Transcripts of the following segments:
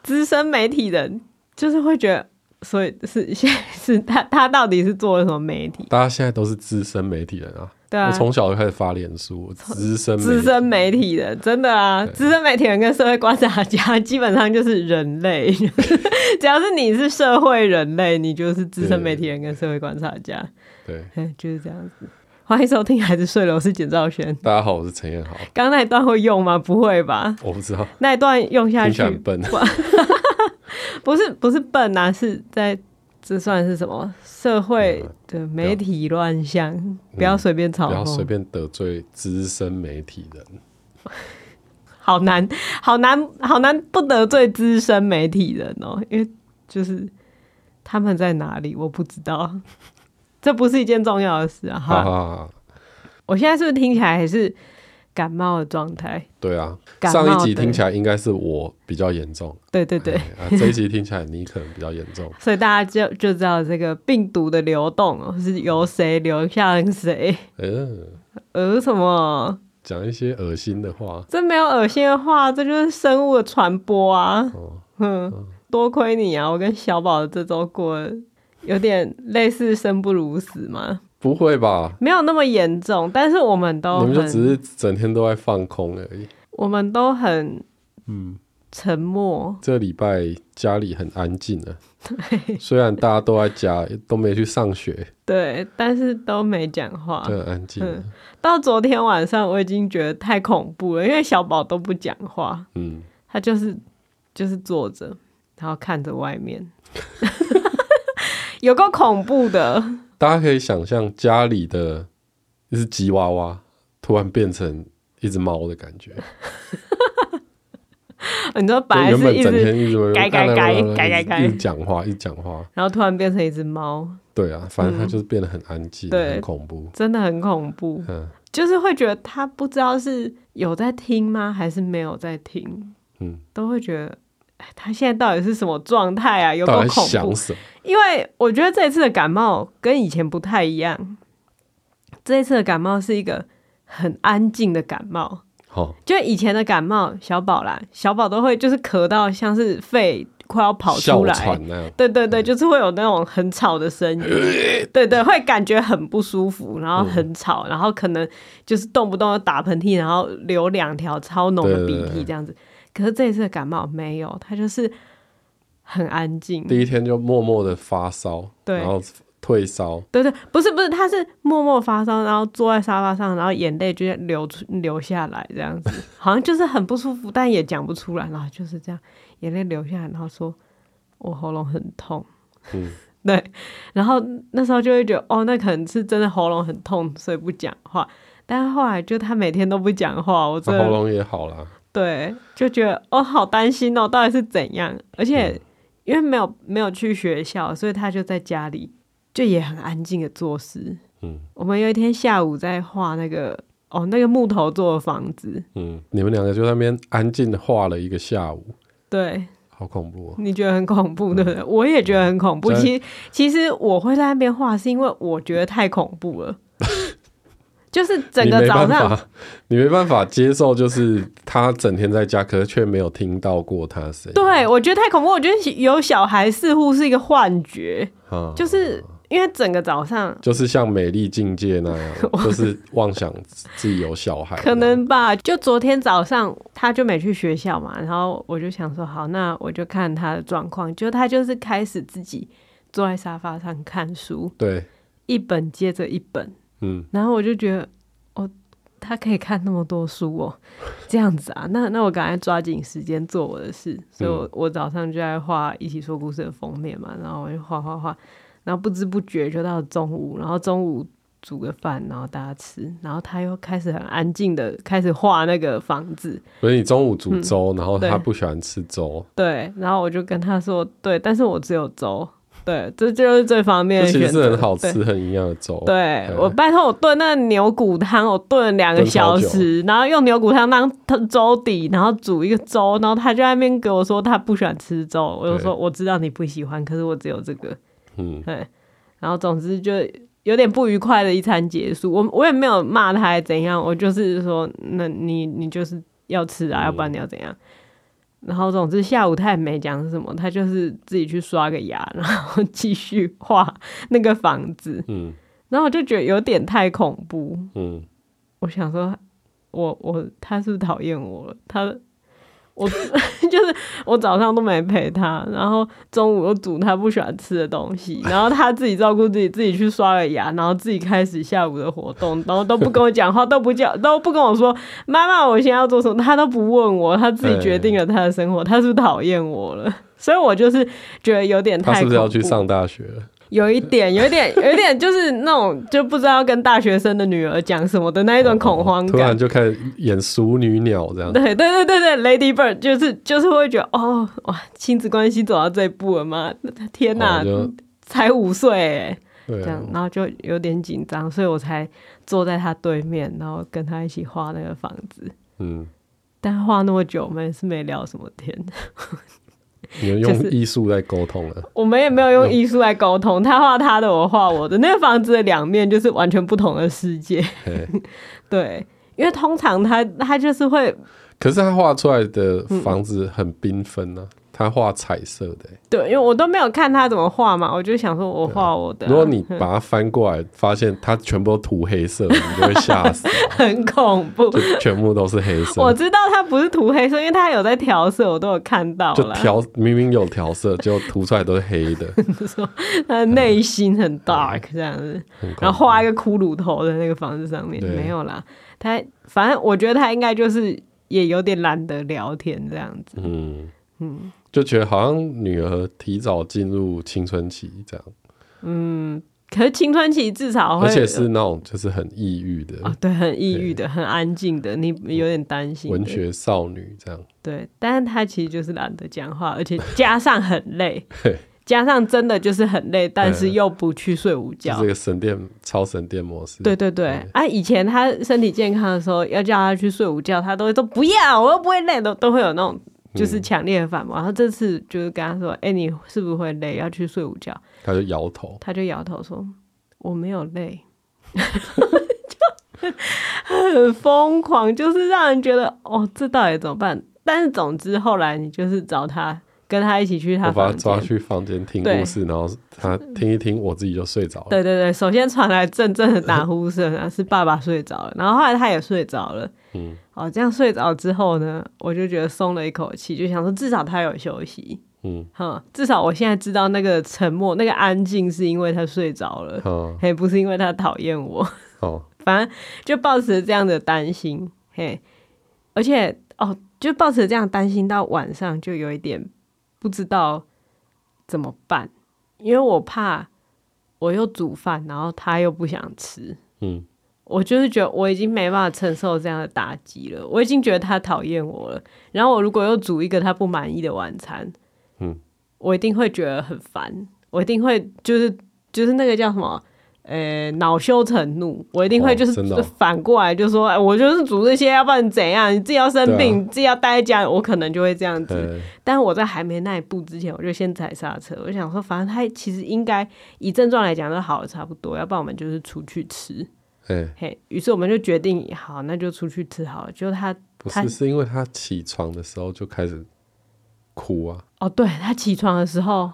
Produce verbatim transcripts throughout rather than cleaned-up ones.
资深媒体人就是会觉得，所以是现在是他他到底是做了什么媒体？ 大家现在都是资深媒体人啊。 对啊， 我从小就开始发脸书，资深资深媒体人，真的啊，资深媒体人跟社会观察家基本上就是人类，只要是你是社会人类，你就是资深媒体人跟社会观察家。 对， 就是这样子。欢迎收听《孩子睡了》，我是简兆轩。 大家好，我是陈彦豪。 刚刚那一段会用吗？不会吧？ 我不知道。 那一段用下去听起来很笨。 不是不是笨啊，是在这算是什么社会的媒体乱象？嗯、不要随便嘲讽、嗯， 不要随便得罪资深媒体人。 好难，好难，好难不得罪资深媒体人哦，因为就是他们在哪里，我不知道。这不是一件重要的事啊！ 好好好，我现在是不是听起来还是感冒的状态？ 对啊，上一集听起来应该是我比较严重， 对对对、 啊，这一集听起来你可能比较严重， 所以大家就就知道这个病毒的流动、哦、是由谁流向谁。呃，呃什么？ 讲一些恶心的话？ 这没有恶心的话，这就是生物的传播啊！哦、嗯，嗯多亏你啊！我跟小宝的这周过了。有点类似生不如死吗？ 不会吧， 没有那么严重，但是我们都你们就只是整天都在放空而已。 我们都很嗯沉默。 这礼拜家里很安静啊，对，虽然大家都在家，都没去上学， 对，但是都没讲话， 就很安静、嗯。 到昨天晚上，我已经觉得太恐怖了，因为小宝都不讲话，嗯，他就是就是坐着，然后看着外面。有够恐怖的， 大家可以想象家里的一只吉娃娃突然变成一只猫的感觉。 你说本来是一直改改改改改改一直讲话，一直讲话， 然后突然变成一只猫。 对啊，反正它就是变得很安静、嗯，很恐怖， 真的很恐怖。嗯，就是会觉得他不知道是有在听吗，还是没有在听。嗯，都会觉得。他现在到底是什么状态啊？有够恐怖！因为我觉得这一次的感冒跟以前不太一样，这一次的感冒是一个很安静的感冒。哦，就以前的感冒，小宝啦，小宝都会就是咳到像是肺快要跑出来，对对对，就是会有那种很吵的声音，对对，会感觉很不舒服，然后很吵，嗯、然后可能就是动不动就打喷嚏，然后流两条超浓的鼻涕这样子。可是这一次的感冒没有，他就是很安静。 第一天就默默的发烧，然后退烧。 对对，不是不是，他是默默发烧，然后坐在沙发上，然后眼泪就流流下来，这样子，好像就是很不舒服，但也讲不出来，然后就是这样，眼泪流下来，然后说我喉咙很痛。嗯，对，然后那时候就会觉得，哦，那可能是真的喉咙很痛，所以不讲话。但是后来就他每天都不讲话，我真的喉咙也好了。 对，就觉得哦，好担心哦，到底是怎样？而且因为没有没有去学校，所以他就在家里，就也很安静的做事。嗯，我们有一天下午在画那个哦，那个木头做的房子。嗯， 你们两个就在那边安静的画了一个下午。 对， 好恐怖哦！ 你觉得很恐怖，对不对？嗯、我也觉得很恐怖。其实其实我会在那边画，是因为我觉得太恐怖了。就是整个早上你没办法接受，就是他整天在家，可是却没有听到过他的声音。 对，我觉得太恐怖。我觉得有小孩似乎是一个幻觉，嗯、就是因为整个早上就是像美丽境界那样，就是妄想自己有小孩。 可能吧。就昨天早上他就没去学校嘛，然后我就想说，好，那我就看他的状况。就他就是开始自己坐在沙发上看书， 对， 一本接着一本。嗯，然后我就觉得，哦，他可以看那么多书哦，这样子啊，那那我赶快抓紧时间做我的事，所以我、嗯、我早上就在画一起说故事的封面嘛，然后我就画画画，然后不知不觉就到了中午，然后中午煮个饭，然后大家吃，然后他又开始很安静的开始画那个房子。 所以你中午煮粥、嗯，然后他不喜欢吃粥， 对，然后我就跟他说，对，但是我只有粥。对，这就是最方便的选择。 其实是很好吃、很营养的粥。 对，我拜托我炖那个牛骨汤，我炖了两个小时，然后用牛骨汤当粥底，然后煮一个粥，然后他就在那边给我说他不喜欢吃粥，我就说我知道你不喜欢，可是我只有这个。嗯，对，然后总之就有点不愉快的一餐结束。我我也没有骂他还怎样，我就是说，那你你就是要吃啊，嗯、要不然你要怎样？ 然后总之下午他也没讲什么，他就是自己去刷个牙，然后继续画那个房子。嗯，然后我就觉得有点太恐怖。嗯，我想说，我我他是不是讨厌我了？他我就是我早上都没陪他，然后中午又煮他不喜欢吃的东西，然后他自己照顾自己，自己去刷了牙，然后自己开始下午的活动，然后都不跟我讲话，都不叫，都不跟我说妈妈我现在要做什么，他都不问我，他自己决定了他的生活，他是不是讨厌我了？所以我就是觉得有点太恐怖。他是不是要去上大学了？ 有一点，有一点，有一点，就是那种就不知道跟大学生的女儿讲什么的那一种恐慌感。 突然就开始演熟女鸟这样。 对对对对对 ，Lady Bird 就是就是会觉得哦哇，亲子关系走到这一步了吗？天哪，哦、才五岁哎，这样，然后就有点紧张，所以我才坐在他对面，然后跟他一起画那个房子。嗯，但画那么久，我们也是没聊什么天。 你们用艺术在沟通了、就是、 我们也没有用艺术来沟通，他画他的，我画我的，那个房子的两面就是完全不同的世界。对，因为通常他他就是会， 可是他画出来的房子很缤纷啊，他画彩色的、欸、 对，因为我都没有看他怎么画嘛，我就想说我画我的、啊、 如果你把它翻过来发现他全部都涂黑色，你就会吓死。 很恐怖， 就全部都是黑色。 我知道他不是涂黑色，因为他有在调色，我都有看到啦， 就调明明有调色，结果涂出来都是黑的。 说他的内心很 dark 这样子，然后画一个骷髅头在那个房子上面，没有啦，他反正我觉得他应该就是也有点懒得聊天这样子。嗯嗯，就觉得好像女儿提早进入青春期这样。嗯。 可是青春期至少会， 而且是那种就是很抑郁的、 哦、对，很抑郁的，很安静的，你有点担心文学少女这样。 对，但是他其实就是懒得讲话，而且加上很累加上真的就是很累，但是又不去睡午觉， 这个省电超省电模式。 对对对，啊，以前他身体健康的时候要叫他去睡午觉，他都会说不要，我又不会累，都都会有那种就是强烈的反驳、嗯、然后这次就是跟他说哎、欸，你是不是会累要去睡午觉， 他就摇头他就摇头说我没有累就很疯狂，就是让人觉得哦这到底怎么办。但是总之后来你就是找他跟他一起去他房间， 我把他抓去房间听故事，然后他听一听我自己就睡着了。 对对对，首先传来阵阵的打呼声啊，是爸爸睡着了，然后后来他也睡着了。嗯，哦，这样睡着之后呢，我就觉得松了一口气，就想说至少他有休息。嗯，哼，至少我现在知道那个沉默、那个安静是因为他睡着了，哦、嘿，不是因为他讨厌我。哦，反正就抱持这样的担心，嘿，而且哦，就抱持这样担心到晚上，就有一点不知道怎么办，因为我怕我又煮饭，然后他又不想吃。嗯。我就是觉得我已经没办法承受这样的打击了，我已经觉得他讨厌我了，然后我如果又煮一个他不满意的晚餐，嗯，我一定会觉得很烦，我一定会就是就是那个叫什么呃恼羞成怒，我一定会就是、哦哦、反过来就说、哎、我就是煮这些，要不然怎样，你自己要生病、啊、自己要待在家里，我可能就会这样子。但是我在还没那一步之前，我就先踩刹车，我想说反正他其实应该以症状来讲都好的差不多，要不然我们就是出去吃。嘿，于是我们就决定好，那就出去吃好了。就他不是是因为他起床的时候就开始哭啊。 哦，对，他起床的时候，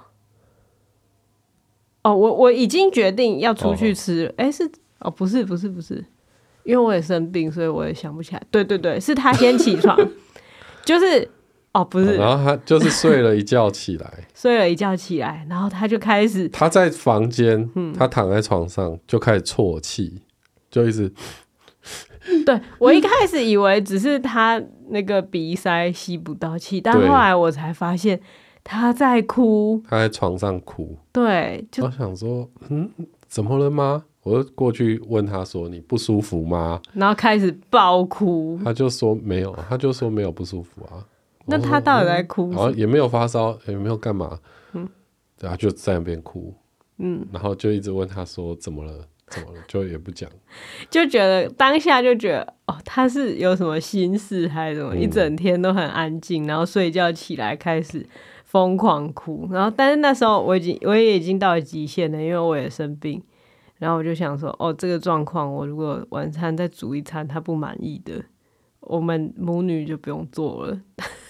哦，我我已经决定要出去吃了。哎、哦，是哦，不是不是不是，因为我也生病，所以我也想不起来。对对对，是他先起床，就是哦不是、 哦，然后他就是睡了一觉起来， 睡了一觉起来，然后他就开始他在房间、嗯，他躺在床上就开始啜泣。就一直对，我一开始以为只是他那个鼻塞吸不到气，但后来我才发现他在哭， 他在床上哭。 对，就我想说嗯怎么了吗，我就过去问他说你不舒服吗， 然后开始爆哭， 他就说没有，他就说没有不舒服啊。 那他到底在哭、 嗯、然后也没有发烧也没有干嘛，嗯，对，他就在那边哭，嗯，然后就一直问他说怎么了怎么了，就也不讲，就觉得当下就觉得哦，他是有什么心事还是什么、嗯、一整天都很安静，然后睡觉起来开始疯狂哭，然后但是那时候我已经我也已经到了极限了，因为我也生病，然后我就想说哦，这个状况我如果晚餐再煮一餐他不满意的，我们母女就不用做了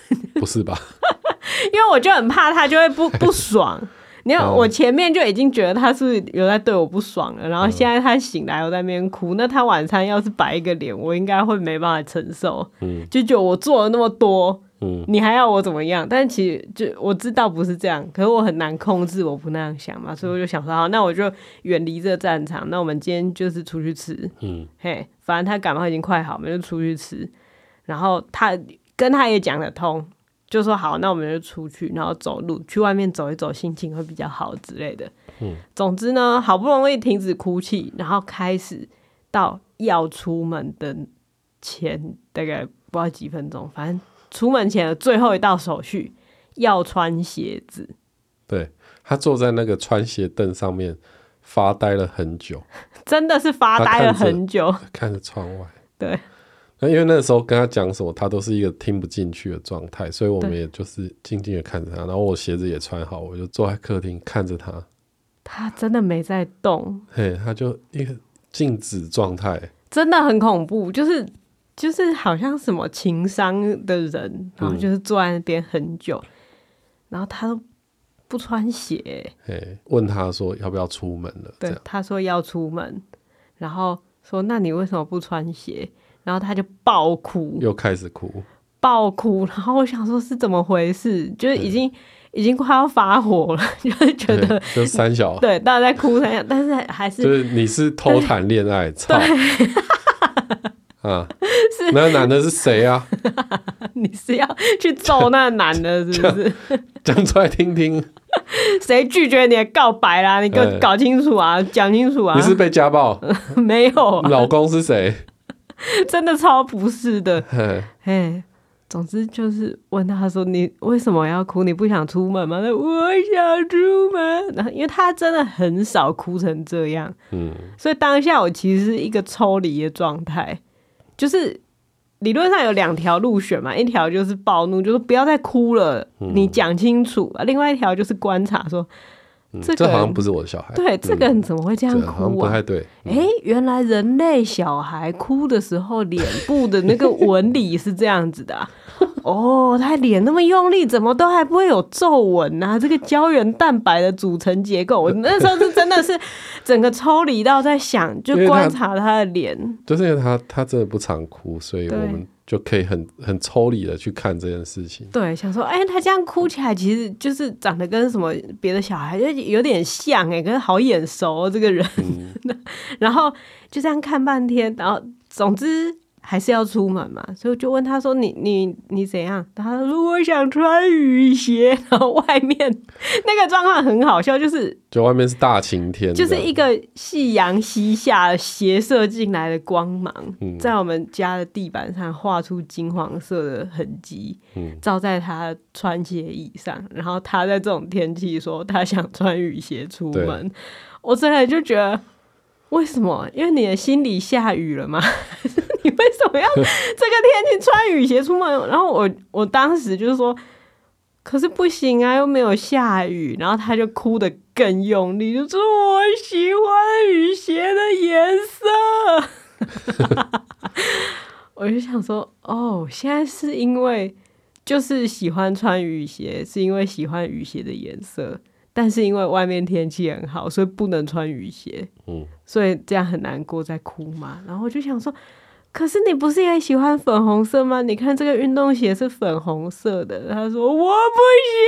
不是吧？ 因为我就很怕他就会不不爽。你看，我前面就已经觉得他是不是有在对我不爽了，然后现在他醒来我在那边哭，那他晚餐要是摆一个脸，我应该会没办法承受。嗯，就觉得我做了那么多，嗯，你还要我怎么样？但其实就我知道不是这样，可是我很难控制，我不那样想嘛，所以我就想说，好，那我就远离这个战场。那我们今天就是出去吃，嗯，嘿，反正他感冒已经快好，我们就出去吃。然后他跟他也讲得通。就说好，那我们就出去，然后走路去外面走一走，心情会比较好之类的。嗯，总之呢，好不容易停止哭泣，然后开始到要出门的前大概不知道几分钟，反正出门前的最后一道手续要穿鞋子。 对，他坐在那个穿鞋凳上面发呆了很久， 真的是发呆了很久， 看着窗外。 对。 那因为那时候跟他讲什么，他都是一个听不进去的状态，所以我们也就是静静的看着他，然后我鞋子也穿好，我就坐在客厅看着他。 他真的没在动， 嘿，他就一个静止状态， 真的很恐怖，就是就是好像什么情伤的人，然后就是坐在那边很久，嗯、然后他都不穿鞋。 嘿，问他说要不要出门了？ 对，他说要出门，然后说那你为什么不穿鞋？然后他就爆哭， 又开始哭， 爆哭。然后我想说是怎么回事，就是已经已经快要发火了，就是觉得就三小对，大家在哭三小，但是还是就是你是偷谈恋爱，操啊！是那个男的是谁啊？ 你是要去揍那个男的，是不是？ 讲出来听听。 谁拒绝你的告白啦？你给我搞清楚啊，讲清楚啊！ 你是被家暴？ 没有、啊。 老公是谁？ 真的超不是的，嘿，总之就是问他说：“你为什么要哭？你不想出门吗？”他说：“我想出门。”然后因为他真的很少哭成这样，嗯，所以当下我其实是一个抽离的状态，就是理论上有两条路选嘛，一条就是暴怒，就是不要再哭了，嗯、你讲清楚；另外一条就是观察说。 嗯、这, 这好像不是我的小孩。 对，这个人怎么会这样哭啊？ 好像不太对。 哎、嗯，原来人类小孩哭的时候，脸部的那个纹理是这样子的、啊。哦，他脸那么用力，怎么都还不会有皱纹啊？这个胶原蛋白的组成结构，我那时候是真的是整个抽离到在想，就观察他的脸。 就是因为他他真的不常哭，所以我们。就可以很很抽离的去看这件事情。 对，想说，哎、欸，他这样哭起来，其实就是长得跟什么别的小孩就有点像哎、欸，可是好眼熟哦，这个人。嗯、然后就这样看半天，然后总之还是要出门嘛，所以我就问他说：“你你你怎样？”他说：“我想穿雨鞋。”然后外面那个状况很好笑，就是就外面是大晴天， 就是一个夕阳西下斜射进来的光芒，嗯、在我们家的地板上画出金黄色的痕迹，嗯、照在他穿鞋椅上。然后他在这种天气说他想穿雨鞋出门，我真的就觉得。为什么？因为你的心里下雨了吗？你为什么要这个天气穿雨鞋出门？然后我我当时就是说，可是不行啊，又没有下雨。然后他就哭得更用力，就说我喜欢雨鞋的颜色。我就想说，哦，现在是因为就是喜欢穿雨鞋，是因为喜欢雨鞋的颜色。但是因为外面天气很好，所以不能穿雨鞋，嗯，所以这样很难过，在哭嘛。然后我就想说，可是你不是也喜欢粉红色吗？你看这个运动鞋是粉红色的。他说我不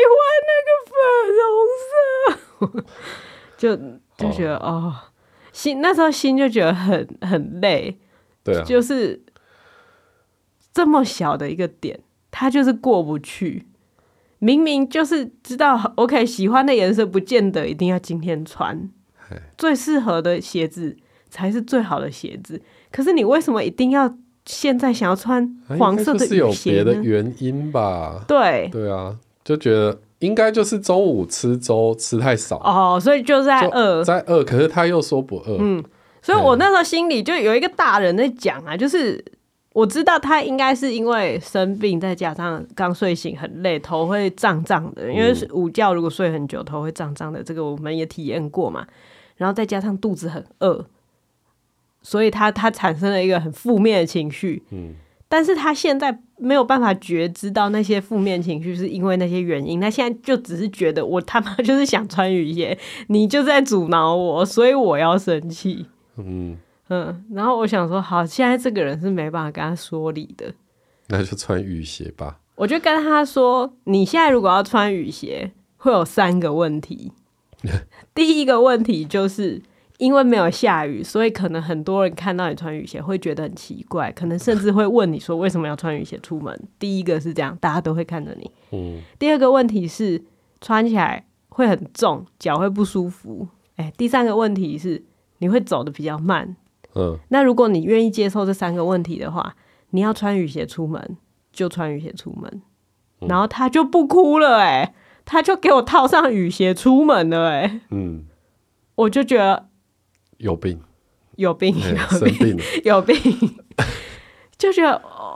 喜欢那个粉红色，就就觉得 哦, 哦，心那时候心就觉得很很累， 对啊， 就是这么小的一个点，他就是过不去。明明就是知道 OK 喜欢的颜色不见得一定要今天穿，最适合的鞋子才是最好的鞋子，可是你为什么一定要现在想要穿黄色的雨鞋呢？ 应该就是有别的原因吧。 对对啊，就觉得应该就是中午吃粥吃太少哦，所以就在饿在饿，可是他又说不饿， 嗯，所以我那时候心里就有一个大人在讲啊，就是我知道他应该是因为生病，再加上刚睡醒很累，头会胀胀的。因为午觉如果睡很久，头会胀胀的，这个我们也体验过嘛。然后再加上肚子很饿，所以他他产生了一个很负面的情绪。嗯， 但是他现在没有办法觉知到那些负面情绪是因为那些原因，他现在就只是觉得我他妈就是想穿雨鞋，你就在阻挠我，所以我要生气。嗯嗯，然后我想说，好，现在这个人是没办法跟他说理的， 那就穿雨鞋吧。 我就跟他说，你现在如果要穿雨鞋，会有三个问题。第一个问题就是因为没有下雨，所以可能很多人看到你穿雨鞋会觉得很奇怪，可能甚至会问你说为什么要穿雨鞋出门。第一个是这样，大家都会看着你。嗯。第二个问题是穿起来会很重，脚会不舒服。哎，第三个问题是你会走得比较慢。嗯。那如果你愿意接受这三个问题的话，你要穿雨鞋出门就穿雨鞋出门。嗯、然后他就不哭了、欸，哎，他就给我套上雨鞋出门了、欸，哎，嗯，我就觉得有病， 有病，有病， 生病了， 有病，就觉得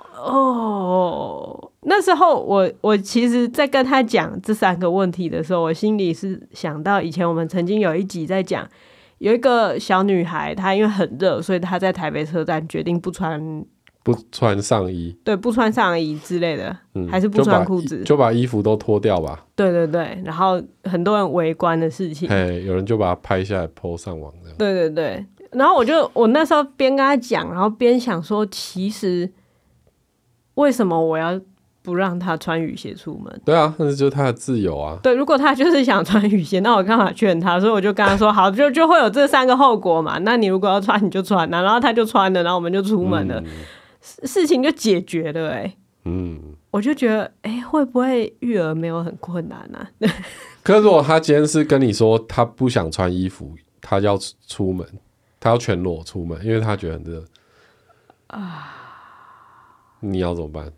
哦，那时候我我其实，在跟他讲这三个问题的时候，我心里是想到以前我们曾经有一集在讲，有一个小女孩，她因为很热，所以她在台北车站决定不穿。 不穿上衣， 对，不穿上衣之类的，嗯、还是不穿裤子， 就把衣服都脱掉吧。 对对对，然后很多人围观的事情， 哎，有人就把它拍下来 po 上网这样。 对对对，然后我就我那时候边跟他讲，然后边想说，其实为什么我要不让他穿雨鞋出门？ 对啊，那是就是他的自由啊。 对，如果他就是想穿雨鞋，那我干嘛劝他？所以我就跟他说，好，就就会有这三个后果嘛。那你如果要穿，你就穿啊，然后他就穿了，然后我们就出门了。嗯，事情就解决了。哎、欸，嗯，我就觉得，哎、欸，会不会育儿没有很困难啊？ 可是如果他今天是跟你说他不想穿衣服，他要出门，他要全裸出门，因为他觉得很热啊，你要怎么办？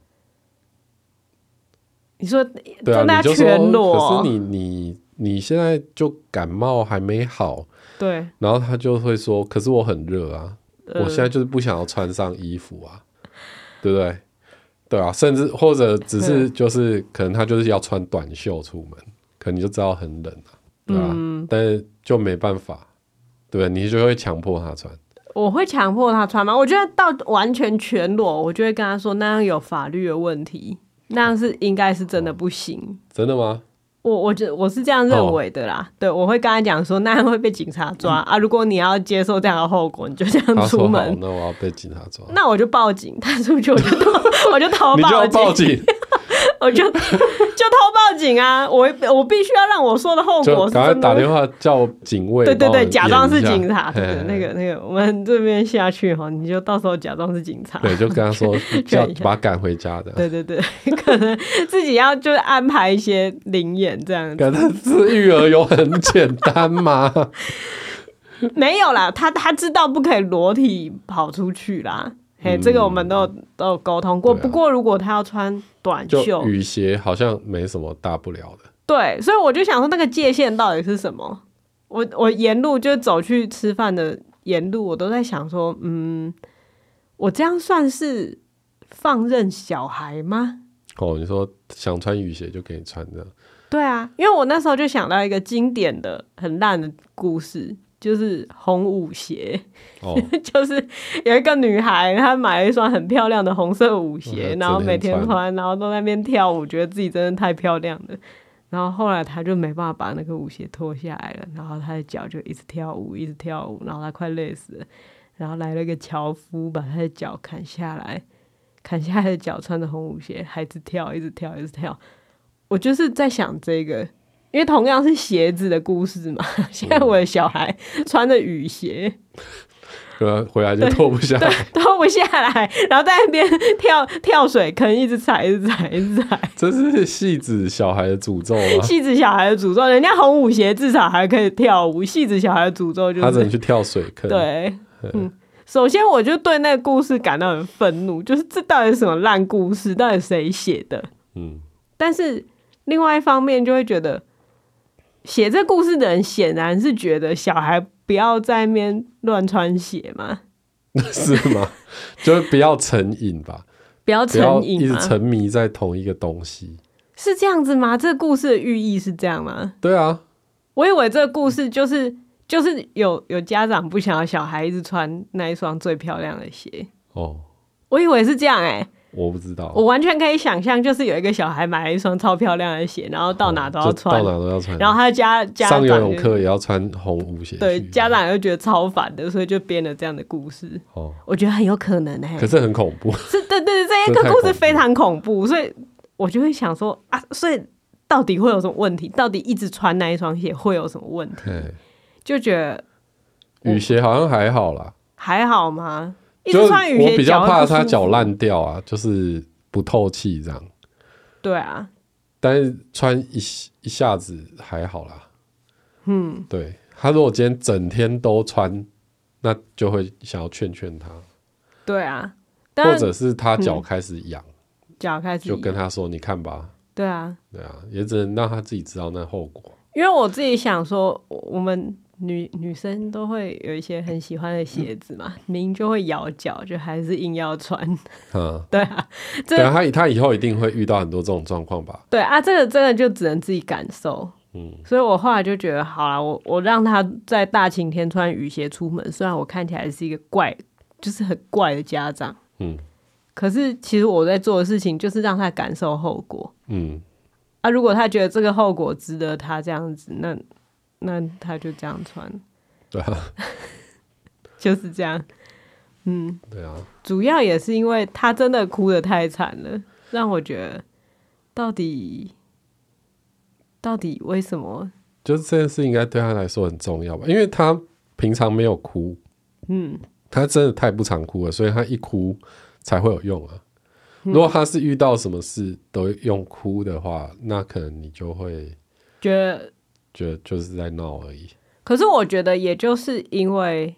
你说对啊， 你就说全裸， 可是你你你现在就感冒还没好， 对， 然后他就会说，可是我很热啊。我现在就是不想要穿上衣服啊，对不对？对啊，甚至或者只是就是可能他就是要穿短袖出门，可能你就知道很冷啊，对吧、啊嗯？但是就没办法，对不对？你就会强迫他穿。 我会强迫他穿吗？我觉得到完全全裸，我就会跟他说那样有法律的问题，那样是应该是真的不行。哦、 真的吗？ 我我觉我是这样认为的啦，哦、对，我會跟他講說那樣會被警察抓、嗯、啊。如果你要接受這樣的後果，你就這樣出門。 好，那我要被警察抓， 那我就報警。他出去我就偷，我就偷報警。 你就要報警， 我就就偷報警啊！我我必須要讓我說的後果是真的。 趕快打電話叫警衛。 對對對，假裝是警察。對對，那個那個，我們這邊下去哈，你就到時候假裝是警察。 對，就跟他說要把他趕回家的。 對對對，可能自己要就是安排一些靈演這樣子。 可能是育兒有很簡單嗎？ 沒有啦，他他知道不可以裸體跑出去啦。嘿、嗯，這個我們都有都有溝通過、啊。不過如果他要穿短袖， 就雨鞋好像沒什麼大不了的。 對，所以我就想說那個界限到底是什麼？我我沿路就走去吃飯的沿路，我都在想說，嗯，我這樣算是放任小孩嗎？ 哦，你說想穿雨鞋就給你穿這樣。 對啊，因為我那時候就想到一個經典的很爛的故事，就是紅舞鞋。哦、就是有一個女孩，她買了一雙很漂亮的紅色舞鞋、哦、然後每天穿，然後都在那邊跳舞，覺得自己真的太漂亮了。然後後來她就沒辦法把那個舞鞋脫下來了，然後她的腳就一直跳舞一直跳舞，然後她快累死了。然後來了一個樵夫，把她的腳砍下來，砍下來的腳穿着紅舞鞋還一直跳一直跳一直跳。我就是在想這個，因為同樣是鞋子的故事嘛。現在我的小孩穿着雨鞋， 嗯、回來就脫不下來， 脫不下來，然後在那邊跳跳水坑，一直踩，一直踩，一直踩。 這是戲子小孩的詛咒嗎？ 戲子小孩的詛咒，人家紅舞鞋至少還可以跳舞，戲子小孩的詛咒就是他只能去跳水坑。 對，嗯。首先，我就對那個故事感到很憤怒，就是這到底是什麼爛故事？到底誰寫的？嗯，但是。另外一方面就會覺得寫這故事的人顯然是覺得小孩不要在那邊亂穿鞋嘛。 是嗎？就是不要成癮吧， 不要成癮， 一直沉迷在同一個東西， 是這樣子嗎？這個故事的寓意是這樣嗎？ 對啊， 我以為這個故事就是就是有有家長不想要小孩一直穿那一雙最漂亮的鞋哦，我以為是這樣欸。 我不知道， 我完全可以想象，就是有一个小孩买了一双超漂亮的鞋，然后到哪都要穿， 哦、到哪都要穿， 然后他家家长上游泳课也要穿红舞鞋， 对，家长又觉得超烦的，所以就编了这样的故事。哦，我觉得很有可能哎、欸， 可是很恐怖， 是，对对，这一个故事非常恐怖，所以我就会想说啊，所以到底会有什么问题？到底一直穿那一双鞋会有什么问题？就觉得雨鞋好像还好啦， 还好吗？一直穿雨鞋， 我比较怕它脚烂掉啊，就是不透气这样。 对啊， 但是穿一一下子还好啦。嗯，对，他如果今天整天都穿，那就会想要劝劝他。 对啊， 或者是他脚开始痒， 脚、嗯、开始就跟他说：“你看吧。” 对啊， 对啊，也只能让他自己知道那后果。 因为我自己想说，我们女女生都会有一些很喜欢的鞋子嘛，明就会咬脚，就还是硬要穿。嗯，对啊， 对啊，他他以后一定会遇到很多这种状况吧？ 对啊，这个真的就只能自己感受。嗯，所以我后来就觉得，好啦，我我让他在大晴天穿雨鞋出门，虽然我看起来是一个怪，就是很怪的家长，嗯，可是其实我在做的事情就是让他感受后果。嗯，啊，如果他觉得这个后果值得他这样子，那。那他就这样穿， 对啊， 就是这样，嗯， 对啊， 主要也是因为他真的哭得太惨了，让我觉得到底到底为什么？ 就是这件事应该对他来说很重要吧，因为他平常没有哭，嗯，他真的太不常哭了，所以他一哭才会有用啊。嗯、如果他是遇到什么事都用哭的话，那可能你就会觉得。 觉得就是在闹而已。 可是我觉得，也就是因为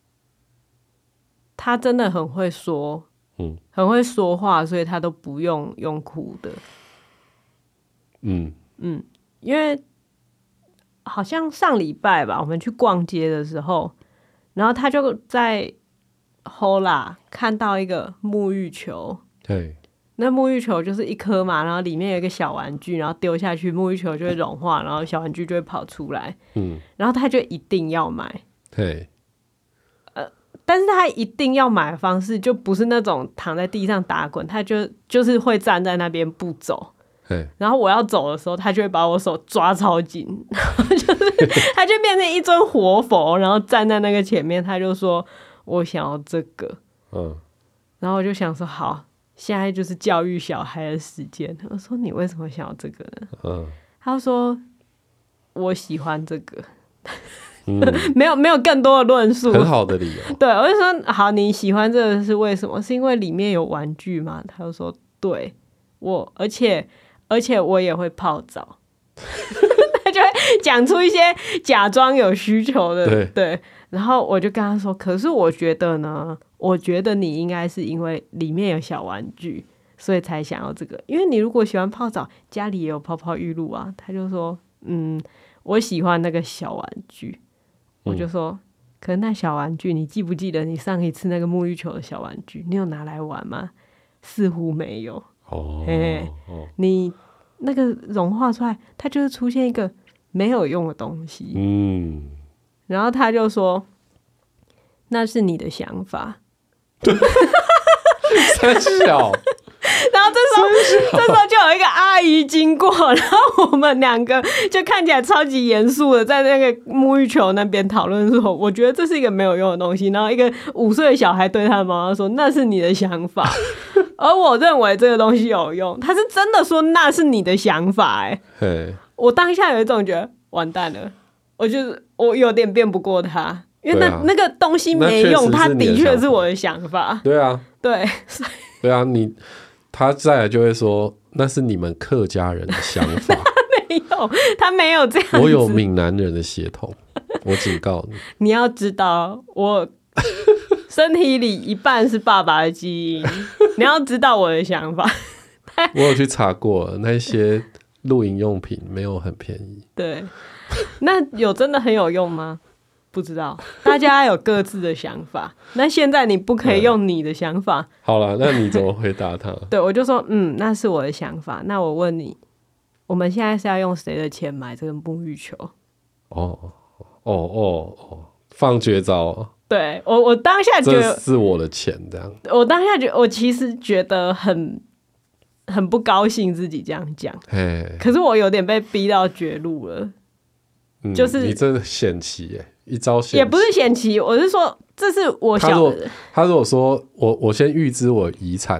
他真的很会说，嗯，很会说话，所以他都不用用哭的。嗯嗯，因为好像上礼拜吧，我们去逛街的时候，然后他就在 Hola 看到一个沐浴球， 对。 那沐浴球就是一颗嘛，然后里面有一个小玩具，然后丢下去，沐浴球就会融化，然后小玩具就会跑出来。嗯，然后他就一定要买。 对。 呃，但是他一定要买的方式就不是那种躺在地上打滚，他就就是会站在那边不走。然后我要走的时候，他就会把我手抓超紧，然后就是他就变成一尊活佛，然后站在那个前面，他就说：“我想要这个。”嗯，然后我就想说好。现在就是教育小孩的时间。我说你为什么想要这个呢？嗯，他说我喜欢这个，嗯、没有没有更多的论述， 很好的理由。 对，我就说好，你喜欢这个是为什么？是因为里面有玩具吗？他就说对，我而且而且我也会泡澡，他就会讲出一些假装有需求的， 对, 对。然后我就跟他说，可是我觉得呢。我觉得你应该是因为里面有小玩具，所以才想要这个。因为你如果喜欢泡澡，家里也有泡泡浴露啊。他就说，嗯，我喜欢那个小玩具。嗯、我就说，可是那小玩具，你记不记得你上一次那个沐浴球的小玩具，你有拿来玩吗？似乎没有。哦，嘿哦你那个融化出来，它就是出现一个没有用的东西。嗯，然后他就说，那是你的想法。 三小， 然后这时候这时候就有一个阿姨经过，然后我们两个就看起来超级严肃的在那个沐浴球那边讨论说，我觉得这是一个没有用的东西。然后一个五岁的小孩对他的妈妈说，那是你的想法，而我认为这个东西有用。他是真的说那是你的想法、欸，哎，我当下有一种觉得完蛋了，我就是我有点辩不过他。因为那、啊、那个东西没用，它的确是我的想法。 对啊， 对， 对啊，你他再来就会说那是你们客家人的想法。 他没有，他没有这样子。 我有闽南人的血统，我警告你。 你要知道，我身体里一半是爸爸的基因。你要知道我的想法。 我有去查过，那些露营用品没有很便宜。 对，那有真的很有用吗？不知道，大家有各自的想法。那现在你不可以用你的想法。嗯、 好了，那你怎么回答他？ 对，我就说，嗯，那是我的想法。那我问你，我们现在是要用谁的钱买这个沐浴球？ 哦哦哦哦，放绝招！ 对我，我当下觉得这是我的钱，这样。 我当下觉得，我其实觉得很很不高兴自己这样讲，可是我有点被逼到绝路了。 嗯、 就是你真的险棋耶，一招险棋。 也不是险棋，我是说，这是我想的。 他如果说我我先预支我遗产，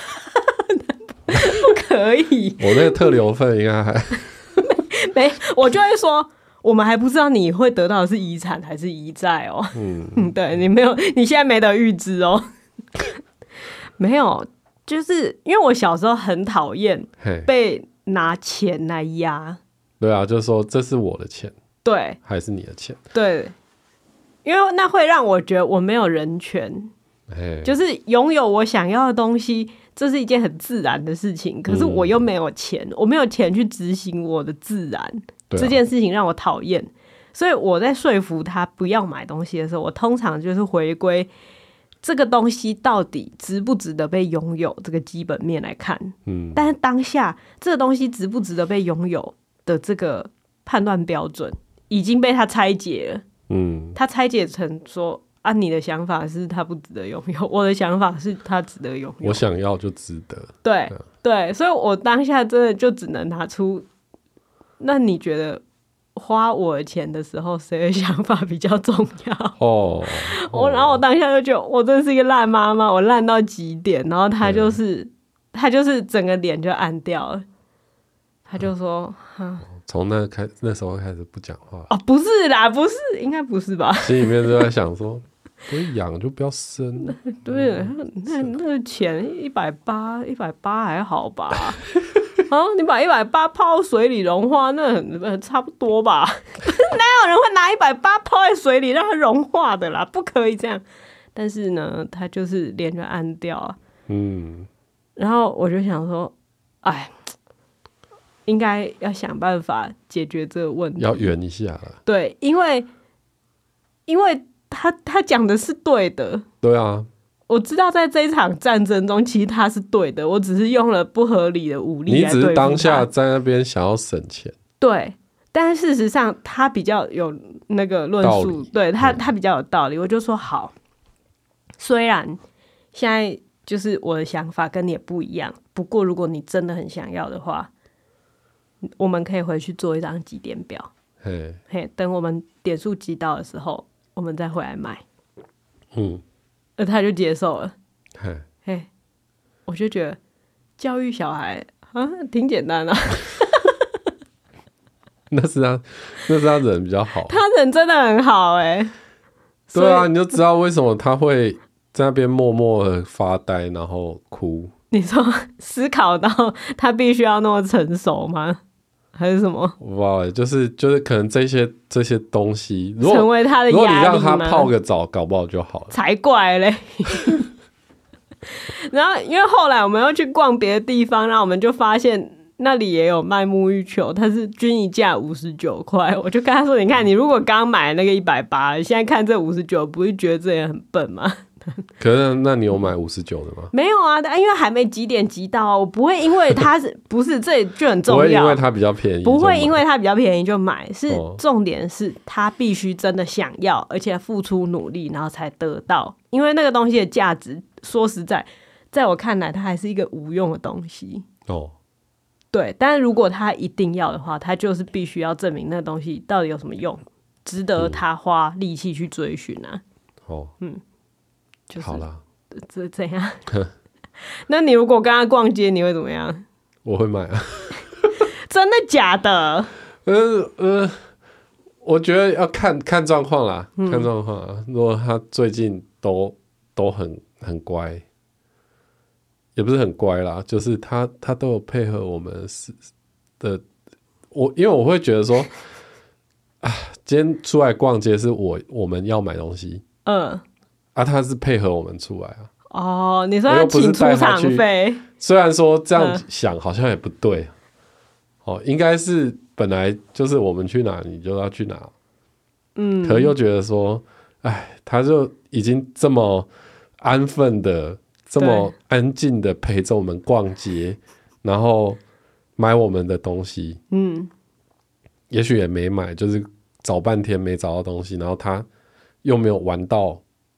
不可以。 我那个特留份应该还没，我就会说。我们还不知道你会得到的是遗产还是遗债哦。嗯，对，你没有，你现在没得预知哦。没有，就是因为我小时候很讨厌被拿钱来压。 对啊，就是说这是我的钱， 对， 还是你的钱？ 对，因为那会让我觉得我没有人权，就是拥有我想要的东西，这是一件很自然的事情。可是我又没有钱，嗯、我没有钱去执行我的自然。这件事情让我讨厌，所以我在说服他不要买东西的时候，我通常就是回归这个东西到底值不值得被拥有这个基本面来看。嗯，但是当下这个东西值不值得被拥有的这个判断标准已经被他拆解了。嗯，他拆解成说啊，你的想法是他不值得拥有，我的想法是他值得拥有， 我想要就值得。 对对，所以我当下真的就只能拿出。那你觉得花我的钱的时候，谁的想法比较重要？哦，我然后我當下就覺得我真是一個爛媽媽，我爛到極點。然後他就是、嗯、他就是整個臉就暗掉了，他就說：“哈、嗯， 從那開那時候開始不講話。” 哦，不是啦，不是，應該不是吧？ 心裡面就在想說。不會養就不要生。 對，那那個錢一百八，一百八還好吧？啊，你把一百八泡到水裡融化，那很差不多吧？哪有人會拿一百八泡在水裡讓它融化的啦？不可以這樣。但是呢，他就是臉就暗掉啊。嗯。然後我就想說，哎，應該要想辦法解決這個問題。 要圓一下了。 對，因為因為。他他講的是對的， 對啊， 我知道在這一場戰爭中，其實他是對的，我只是用了不合理的武力來對付他。 你只是當下在那邊想要省錢， 對，但是事實上他比較有那個論述，對他他比較有道理。我就說好，雖然現在就是我的想法跟你也不一樣，不過如果你真的很想要的話，我們可以回去做一張集點表，嘿，嘿，等我們點數集到的時候。我們再回來買，嗯，而他就接受了，嘿，嘿，我就覺得教育小孩啊，挺簡單的， 那是他，那是他人比較好， 他人真的很好哎、欸， 對啊，你就知道為什麼他會在那邊默默的發呆，然後哭。 你說思考到他必須要那麼成熟嗎？還是什麼？ 我不知道，就是就是可能這些這些東西，如果成為他的壓力， 如果你讓他泡個澡，搞不好就好了。 才怪嘞！然後因為後來我們又去逛別的地方，然後我們就發現那裡也有賣沐浴球，它是均一價五十九塊。我就跟他說：“你看，你如果剛買那個一百八，現在看這五十九，不會覺得這人很笨嗎？” 可是那你有買五十九的嗎？ 沒有啊，因為還沒幾點集到啊，我不會因為它是不是這就很重要， 不會因為它比較便宜， 不會因為它比較便宜就買，是重點是它必須真的想要，而且付出努力然後才得到，因為那個東西的價值說實在在我看來它還是一個無用的東西哦。對，但是如果他一定要的話，他就是必須要證明那個東西到底有什麼用，值得他花力氣去追尋啊。哦，嗯。就是、 好啦， 這怎樣？那你如果跟他逛街，你會怎麼樣？ 我會買啊！ 真的假的？ 呃呃，我覺得要看看狀況啦，嗯、看狀況啊。如果他最近都都很很乖，也不是很乖啦，就是他他都有配合我們的。我因為我會覺得說，啊，今天出來逛街是我我們要買東西，嗯。啊，他是配合我們出來啊！ 哦，你說要請出場費？ 雖然說這樣想好像也不對，嗯、哦，應該是本來就是我們去哪你就要去哪，嗯，可又覺得說，哎，他就已經這麼安分的、這麼安靜的陪着我們逛街，然後買我們的東西，嗯，也許也沒買，就是找半天沒找到東西，然後他又沒有玩到。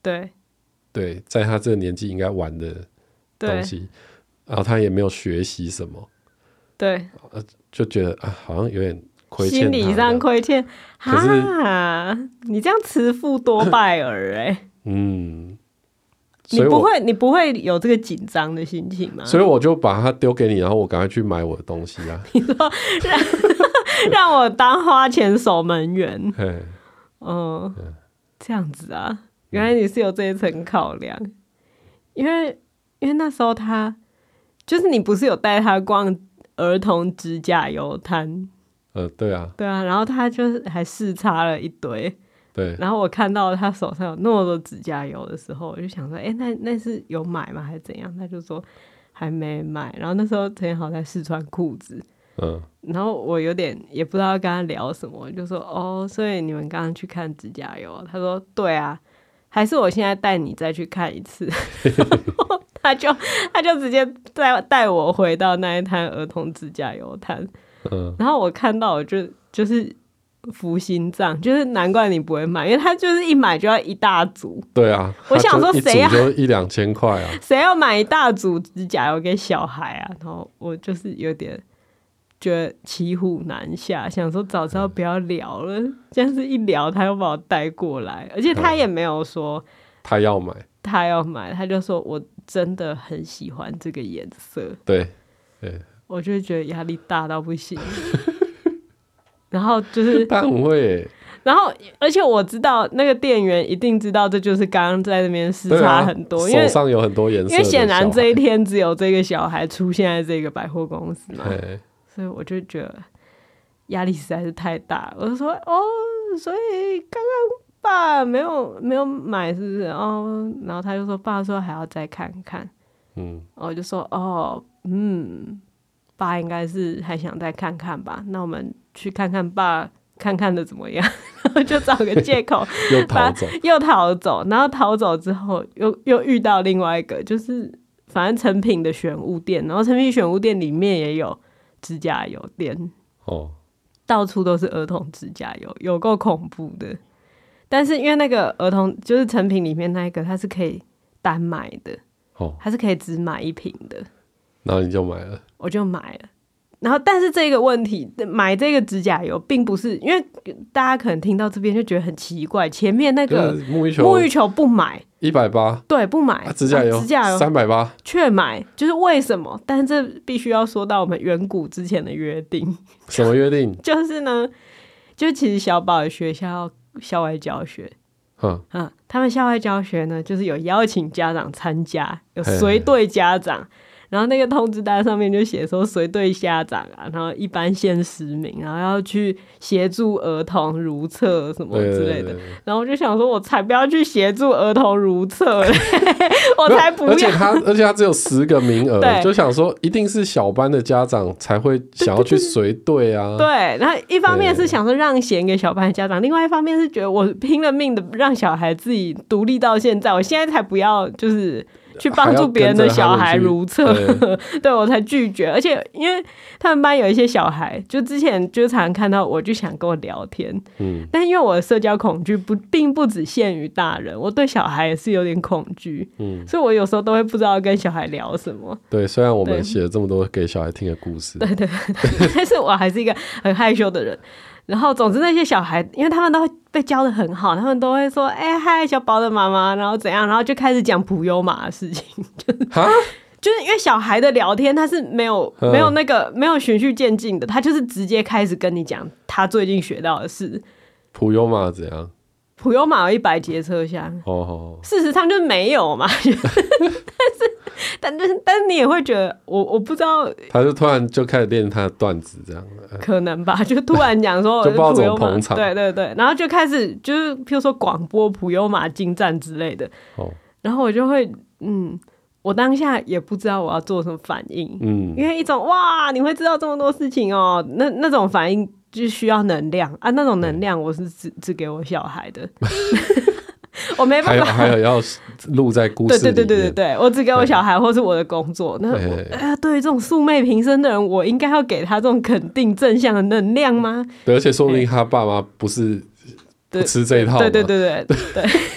对对，在他这个年纪应该玩的东西，然后他也没有学习什么， 对， 呃，就觉得啊，好像有点亏欠他， 心理上亏欠。 可是啊，你这样慈父多败儿哎、欸， 嗯， 你不会，你不会有这个紧张的心情吗？ 所以我就把它丢给你，然后我赶快去买我的东西啊。 你说让让我当花钱守门员，嗯，这样子啊，原来你是有这一层考量，因为因为那时候他就是你不是有带他逛儿童指甲油摊？ 呃，对啊， 对啊，然后他就是还试擦了一堆， 对， 然后我看到他手上有那么多指甲油的时候，我就想说，哎、欸，那那是有买吗？还是怎样？他就说还没买。然后那时候陈彦豪在试穿裤子，嗯，然后我有点也不知道要跟他聊什么，我就说哦，所以你们刚刚去看指甲油？他说对啊，还是我现在带你再去看一次。他就他就直接带带我回到那一摊儿童指甲油摊。嗯、然后我看到我就就是服心脏，就是难怪你不会买，因为他就是一买就要一大组。 对啊， 我想说谁要就一两千块啊？ 谁要买一大组指甲油给小孩啊？然后我就是有点觉得骑虎难下，想说早知道不要聊了，这样子一聊他又把我带过来，而且他也没有说、嗯、 他要买， 他要买，他就说我真的很喜欢这个颜色。 对对。 我就觉得压力大到不行，然后就是他很会耶， 然后而且我知道那个店员一定知道这就是刚刚在那边试擦很多， 啊、 因为手上有很多颜色， 因为显然这一天只有这个小孩出现在这个百货公司嘛，所以我就觉得压力实在是太大。我就说哦，所以刚刚爸没有没有买是不是？哦，然后他就说爸说还要再看看，嗯，我就说哦，嗯。爸应该是还想再看看吧，那我们去看看爸看看的怎么样，然后就找个借口又逃走， 又逃走，然后逃走之后又又遇到另外一个，就是反正成品的选物店，然后成品选物店里面也有指甲油店，哦，到处都是儿童指甲油，有够恐怖的。但是因为那个儿童就是成品里面那一个，它是可以单买的，哦，它是可以只买一瓶的。 然后你就买了， 我就买了。然后，但是这个问题，买这个指甲油，并不是因为大家可能听到这边就觉得很奇怪，前面那个沐浴球， 沐浴球不买一百八， 对，不买、 啊、指甲油， 啊、指甲油三百八， 却买，就是为什么？但是这必须要说到我们远古之前的约定。 什么约定？ 就是呢，就其实小宝的学校校外教学。嗯嗯，他们校外教学呢，就是有邀请家长参加，有随队家长。然后那个通知单上面就写说随队家长啊，然后一般限十名，然后要去协助儿童如厕什么之类的。对对对对，然后我就想说，我才不要去协助儿童如厕嘞，我才不要。 而且他，而且他只有十个名额，就想说一定是小班的家长才会想要去随队啊。 对，对，然后一方面是想说让贤给小班的家长，另外一方面是觉得我拼了命的让小孩自己独立到现在，我现在才不要就是去帮助别人的小孩如厕，对, 对我才拒绝。而且因为他们班有一些小孩，就之前就常常看到我就想跟我聊天，嗯，但因为我的社交恐惧不并不只限于大人，我对小孩也是有点恐惧，嗯，所以我有时候都会不知道跟小孩聊什么。 对，虽然我们写了这么多给小孩听的故事， 对对 对, 对但是我还是一个很害羞的人。然后总之那些小孩因为他们都会被教得很好，他们都会说哎嗨小宝的妈妈，然后怎样，然后就开始讲普悠玛的事情，就是就是因为小孩的聊天他是没有没有那个没有循序渐进的，他就是直接开始跟你讲他最近学到的事。 普悠玛怎样？ 普悠玛有一百节车厢，哦哦，事实上就是没有嘛。但是但是但是你也会觉得我我不知道， 他就突然就开始练他的段子这样， 可能吧，就突然讲说就不知道怎么捧场， 对对对，然后就开始就是譬如说广播普悠玛进站之类的，哦，然后我就会嗯，我当下也不知道我要做什么反应，嗯，因为一种哇你会知道这么多事情哦，那那种反应就需要能量啊，那种能量我是只只给我小孩的。我没办法， 还有还有要录在故事里面， 对对对对对，我只给我小孩或是我的工作。那呃，对于这种素昧平生的人，我应该要给他这种肯定正向的能量吗？ 对，而且说不定他爸妈不是不吃这一套， 对对对对对，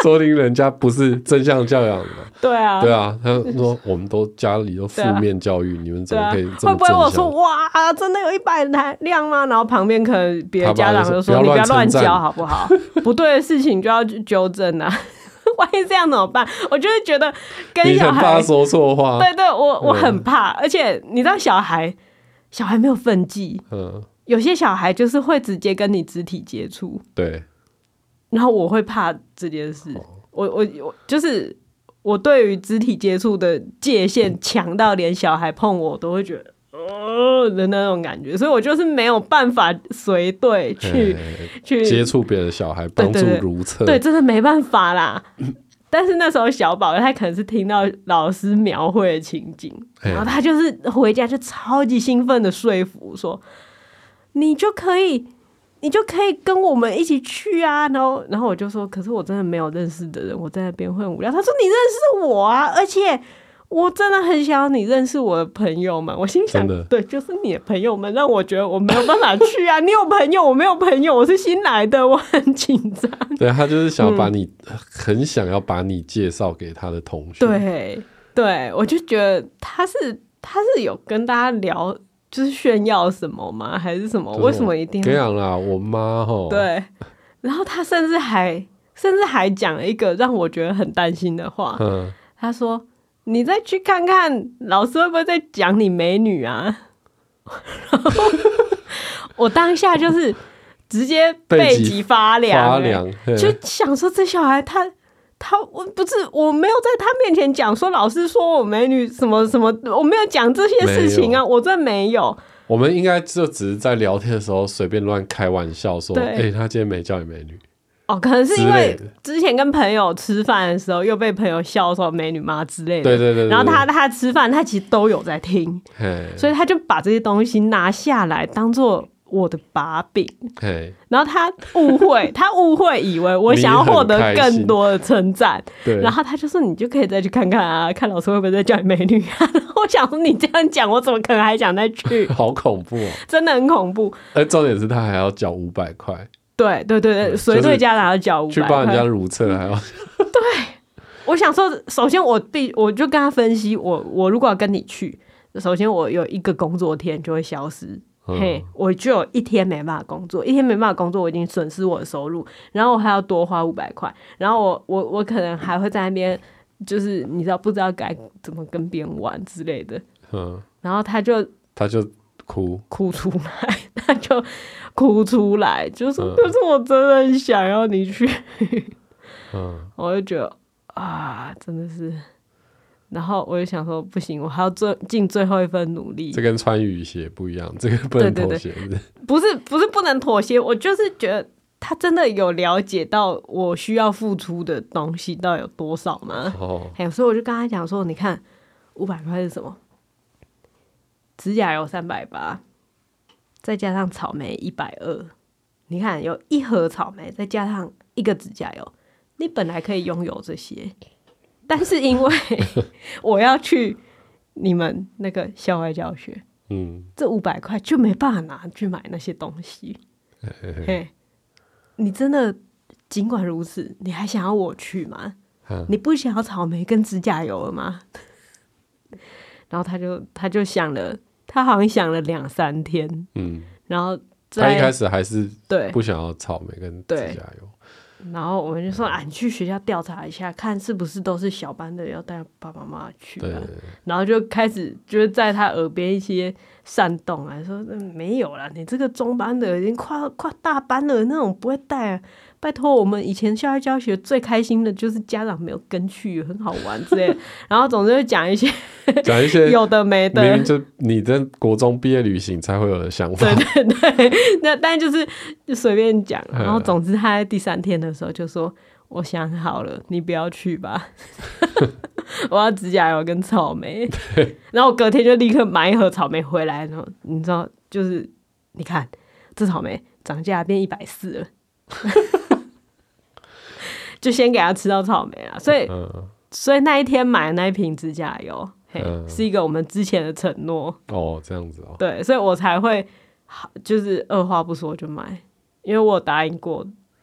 说不定人家不是正向教养的。 对啊， 对啊，他说我们都家里都负面教育，啊、你们怎么可以这么正向？ 会不会我说哇，真的有一百台辆吗？然后旁边可能别的家长就说你不要乱教好不好？不对的事情就要纠正啊。万一这样怎么办？我就是觉得跟小孩， 你很怕说错话。 对对，我我很怕，嗯、而且你知道小孩，小孩没有分际，嗯，有些小孩就是会直接跟你肢体接触， 对， 然后我会怕这件事，哦、我我我就是我对于肢体接触的界限强到连小孩碰我都会觉得。哦的那种感觉，所以我就是没有办法随队去去接触别的小孩，帮助如厕。 对，真的没办法啦。但是那时候小宝他可能是听到老师描绘的情景，然后他就是回家就超级兴奋的说服说：“你就可以，你就可以跟我们一起去啊。”然后，然后我就说：“可是我真的没有认识的人，我在那边会很无聊。”他说：“你认识我啊，而且。”我真的很想要你认识我的朋友们，我心想，对，就是你的朋友们让我觉得我没有办法去啊。你有朋友，我没有朋友，我是新来的，我很紧张。 对，他就是想把你、嗯、很想要把你介绍给他的同学。 对，对，我就觉得他是他是有跟大家聊，就是炫耀什么吗？还是什么？为什么一定要？ 这样啦，我妈吼。 对，然后他甚至还甚至还讲了一个让我觉得很担心的话，嗯、他说。你再去看看老师会不会再讲你美女啊？然后我当下就是直接背脊发凉、欸， 发凉就想说这小孩他他我不是我没有在他面前讲说老师说我美女什么什么，我没有讲这些事情啊，我真的没有。 我们应该就只是在聊天的时候随便乱开玩笑说，哎、欸，他今天没叫你美女。 哦，可能是因为之前跟朋友吃饭的时候，又被朋友笑说美女妈之类的。 对对 对, 对。 然后他他吃饭，他其实都有在听，所以他就把这些东西拿下来当做我的把柄。然后他误会，他误会以为我想要获得更多的称赞。然后他就说：“你就可以再去看看啊，看老师会不会再叫你美女啊。”然后我想说：“你这样讲，我怎么可能还想再去？” 好恐怖哦！ 真的很恐怖。 而重点是他还要缴五百块。 对对对对，随队家长要缴五百块， 去帮人家如厕还要。 对，我想说，首先我必我就跟他分析，我我如果要跟你去，首先我有一个工作天就会消失，嗯、嘿，我就有一天没办法工作，一天没办法工作，我已经损失我的收入，然后我还要多花五百块，然后我我我可能还会在那边，就是你知道不知道该怎么跟别人玩之类的，嗯，然后他就他就。哭哭出来，他就哭出来，就说：“可是我真的很想要你去。”嗯，我就觉得啊，真的是。然后我就想说，不行，我还要做尽最后一份努力。 这跟穿雨鞋不一样，这个不能妥协。 对对对，不是不是不能妥协，我就是觉得他真的有了解到我需要付出的东西到底有多少吗？哦，所以我就跟他讲说：“你看，五百块是什么？”指甲油三百八，再加上草莓一百二，你看有一盒草莓，再加上一个指甲油，你本来可以拥有这些，但是因为我要去你们那个校外教学，嗯，这五百块就没办法拿去买那些东西。嘿嘿嘿，你真的尽管如此，你还想要我去吗？你不想要草莓跟指甲油了吗？然后他就他就想了，他好像想了两三天，嗯，然后他一开始还是不想要草莓跟指甲油， 然后我们就说啊，你去学校调查一下，看是不是都是小班的要带爸爸妈妈去、啊，对，然后就开始就是在他耳边一些煽动啊，说、嗯、没有啦，你这个中班的已经跨跨大班了，那种不会带啊。拜托，我们以前校外教学最开心的就是家长没有跟去，很好玩之类的。然后总之就讲一些讲一些有的没的， 明明就你的国中毕业旅行才会有的想法。 对对对，那但就是就随便讲。然后总之他在第三天的时候就说：“我想好了，你不要去吧，我要指甲油跟草莓。”然后我隔天就立刻买一盒草莓回来，然后你知道，就是你看这草莓涨价变一百四了。就先给他吃到草莓啦，所以、嗯、所以那一天买的那一瓶指甲油，嘿、嗯，是一个我们之前的承诺哦，这样子哦， 对，所以我才会就是二话不说就买，因为我有答应过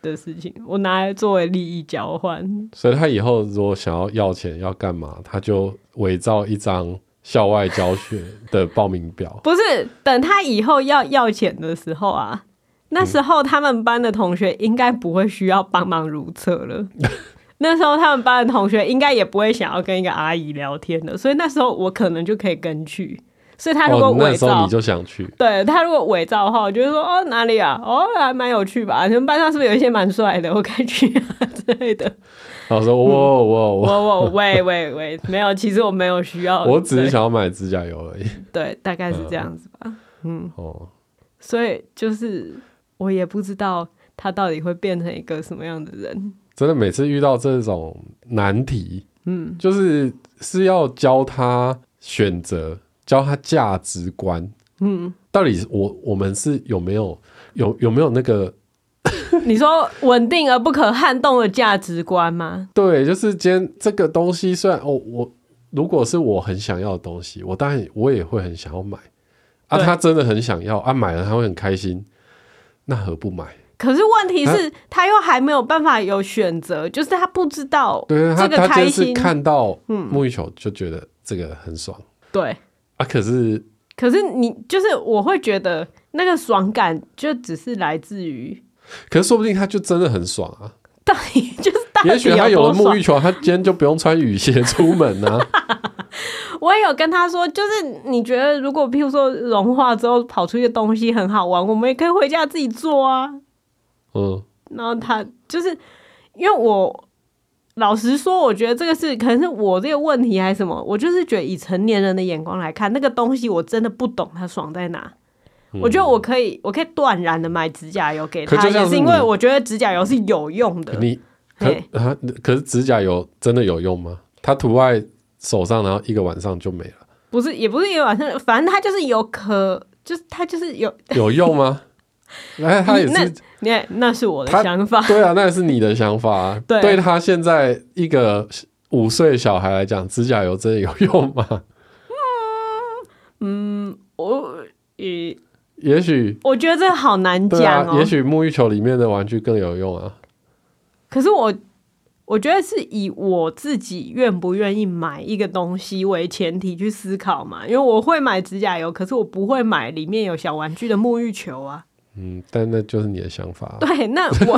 的事情，我拿来作为利益交换。 所以他以后如果想要要钱要干嘛，他就伪造一张校外教学的报名表。 不是，等他以后要要钱的时候啊，那时候他们班的同学应该不会需要帮忙如厕了。那时候他们班的同学应该也不会想要跟一个阿姨聊天的，所以那时候我可能就可以跟去。所以他如果伪造、哦、 那时候你就想去。 对，他如果伪造的话，我就会说哦哪里啊，哦还蛮有趣吧，你们班上是不是有一些蛮帅的，我可以去啊之类的。 然后说我我我我我喂喂喂，没有，其实我没有需要， 我只是想要买指甲油而已。 对，大概是这样子吧。嗯，哦，所以就是我也不知道他到底会变成一个什么样的人。 真的每次遇到这种难题，嗯，就是是要教他选择，教他价值观，嗯，到底我我们是有没有有有没有那个你说稳定而不可撼动的价值观吗？ 对，就是今天这个东西虽然哦，我如果是我很想要的东西，我当然我也会很想要买啊，他真的很想要啊，买了他会很开心，那何不买？ 可是问题是他又还没有办法有选择，就是他不知道这个开心。 对，他他就是看到沐浴球就觉得这个很爽。 对啊，可是可是你就是我会觉得那个爽感就只是来自于， 可是说不定他就真的很爽啊。 到底就是到底有多爽， 也许他有了沐浴球，他今天就不用穿雨鞋出门啊。 我也有跟他说，就是你觉得如果譬如说融化之后跑出去的东西很好玩，我们也可以回家自己做啊。嗯，然后他就是因为我老实说，我觉得这个是可能是我这个问题还是什么，我就是觉得以成年人的眼光来看，那个东西我真的不懂它爽在哪。嗯、我觉得我可以，我可以断然的买指甲油给他，也是因为我觉得指甲油是有用的。 你可啊，可是指甲油真的有用吗？它涂在手上，然后一个晚上就没了？ 不是，也不是一个晚上，反正它就是有可，就是它就是有有用吗？哎，他也是， 那那是我的想法。 对啊，那也是你的想法、啊。对，对他现在一个五岁小孩来讲，指甲油真的有用吗？嗯，嗯我也也许， 我觉得这好难讲哦、 啊。也许沐浴球里面的玩具更有用啊。 可是我我觉得是以我自己愿不愿意买一个东西为前提去思考嘛，因为我会买指甲油，可是我不会买里面有小玩具的沐浴球啊。 嗯，但那就是你的想法、啊。 对，那我，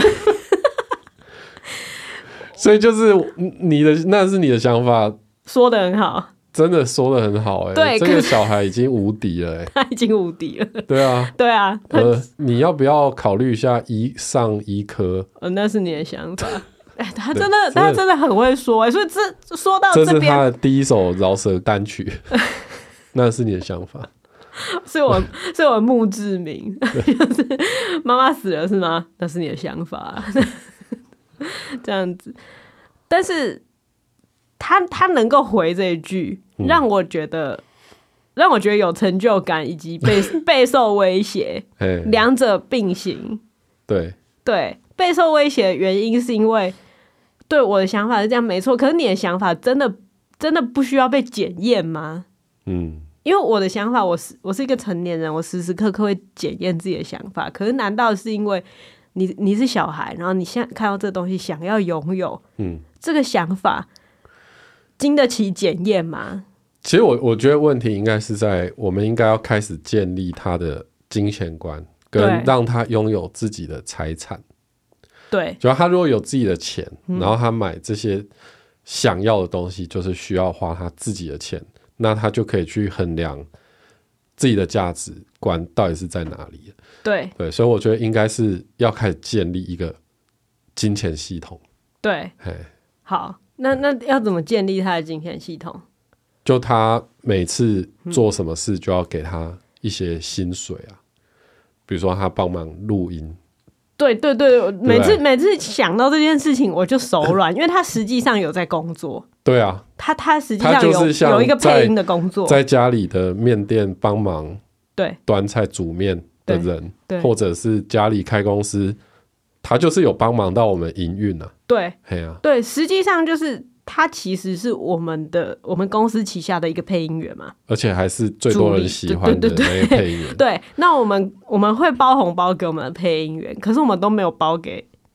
所以就是你的，那是你的想法， 说得很好， 真的说得很好、欸，哎，这个小孩已经无敌了、欸，哎， 他已经无敌了， 对啊， 对啊， 呃，你要不要考虑一下医上医科？ 呃，那是你的想法。哎、欸，他真的，他真的很会说、欸，所以这说到这边， 这是他的第一首饶舌单曲，那是你的想法。 是我是我墓志铭，就是妈妈死了是吗？那是你的想法，这样子。但是他他能够回这一句，嗯、让我觉得让我觉得有成就感，以及备备受威胁，两者并行。 对对，备受威胁的原因是因为对我的想法是这样没错，可是你的想法真的真的不需要被检验吗？嗯。因为我的想法，我是我是一个成年人，我时时刻刻会检验自己的想法。可是难道是因为你你是小孩，然后你现在看到这个东西想要拥有，嗯，这个想法经得起检验吗？ 其实我我觉得问题应该是在我们应该要开始建立他的金钱观，跟让他拥有自己的财产。 对， 就他如果有自己的钱，然后他买这些想要的东西，就是需要花他自己的钱。那他就可以去衡量自己的价值观到底是在哪里。 对对，所以我觉得应该是要开始建立一个金钱系统。 对，好，那那要怎么建立他的金钱系统？ 就他每次做什么事就要给他一些薪水啊，比如说他帮忙录音。 对对对，每次每次想到这件事情我就手软，因为他实际上有在工作。 对啊， 他他实际上有有一个配音的工作， 在家里的面店帮忙， 对， 端菜煮面的人，对，或者是家里开公司，他就是有帮忙到我们营运啊。 对， 嘿啊， 对，实际上就是他其实是我们的我们公司旗下的一个配音员嘛， 而且还是最多人喜欢的那个配音员。 对，那我们我们会包红包给我们的配音员，可是我们都没有包给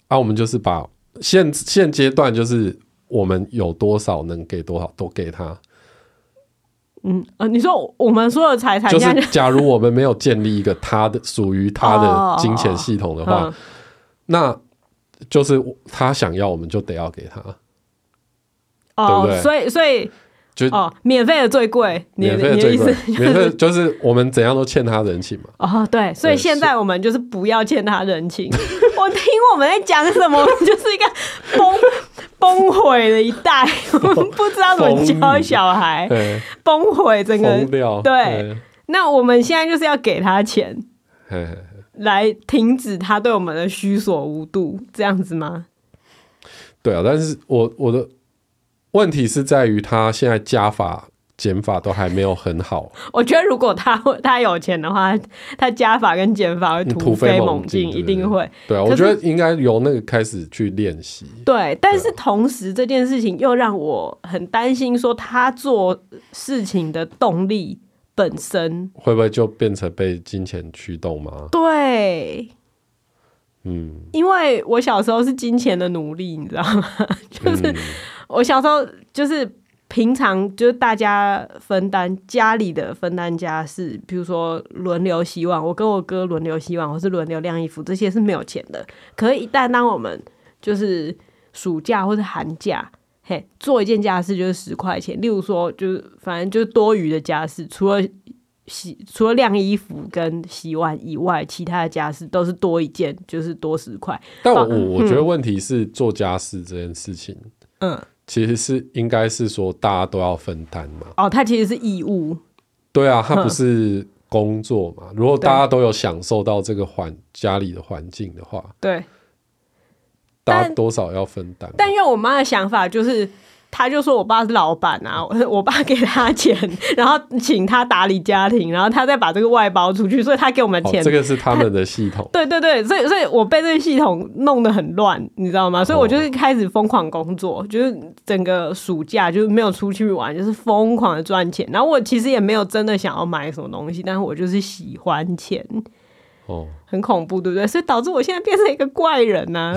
啊，我们就是把现现阶段就是我们有多少能给多少都给他。 嗯呃，你说我们所有财产， 就是假如我们没有建立一个他的属于他的金钱系统的话，哦、那就是他想要我们就得要给他， 哦、 对不对？ 所以所以就哦，免费的最贵， 免费的最贵，免费就是我们怎样都欠他人情嘛。 哦，对，所以现在我们就是不要欠他人情。我听我们在讲什么，我们就是一个崩崩毁的一代，我们不知道怎么教小孩，崩毁整个疯掉。 对，那我们现在就是要给他钱，来停止他对我们的虚所无度，这样子吗？ 对啊，但是我我的问题是在于他现在加法减法都还没有很好。 我觉得如果他他有钱的话，他加法跟减法会突飞猛进，一定会。 对啊，我觉得应该由那个开始去练习。 对，但是同时这件事情又让我很担心，说他做事情的动力本身会不会就变成被金钱驱动吗？ 对。 嗯， 因为我小时候是金钱的奴隶，你知道吗？就是我小时候就是平常就是大家分担家里的分担家事，比如说轮流洗碗，我跟我哥轮流洗碗，或是轮流晾衣服，这些是没有钱的。可是，一旦当我们就是暑假或是寒假，嘿，做一件家事就是十块钱，例如说就是反正就是多余的家事，除了洗除了晾衣服跟洗碗以外，其他的家事都是多一件，就是多十块。 但我、嗯、我觉得问题是做家事这件事情，嗯，其实是应该是说大家都要分担嘛。 哦，它其实是义务。 对啊，它不是工作嘛。如果大家都有享受到这个环家里的环境的话， 对， 大家多少要分担。 但因为我妈的想法就是。他就说我爸是老板啊，我爸给他钱，然后请他打理家庭，然后他再把这个外包出去，所以他给我们钱。 哦、这个是他们的系统。 对对对，所以所以我被这个系统弄得很乱，你知道吗？所以我就是开始疯狂工作，就是整个暑假就是没有出去玩，就是疯狂的赚钱。然后我其实也没有真的想要买什么东西，但是我就是喜欢钱。哦，很恐怖，对不对？所以导致我现在变成一个怪人啊。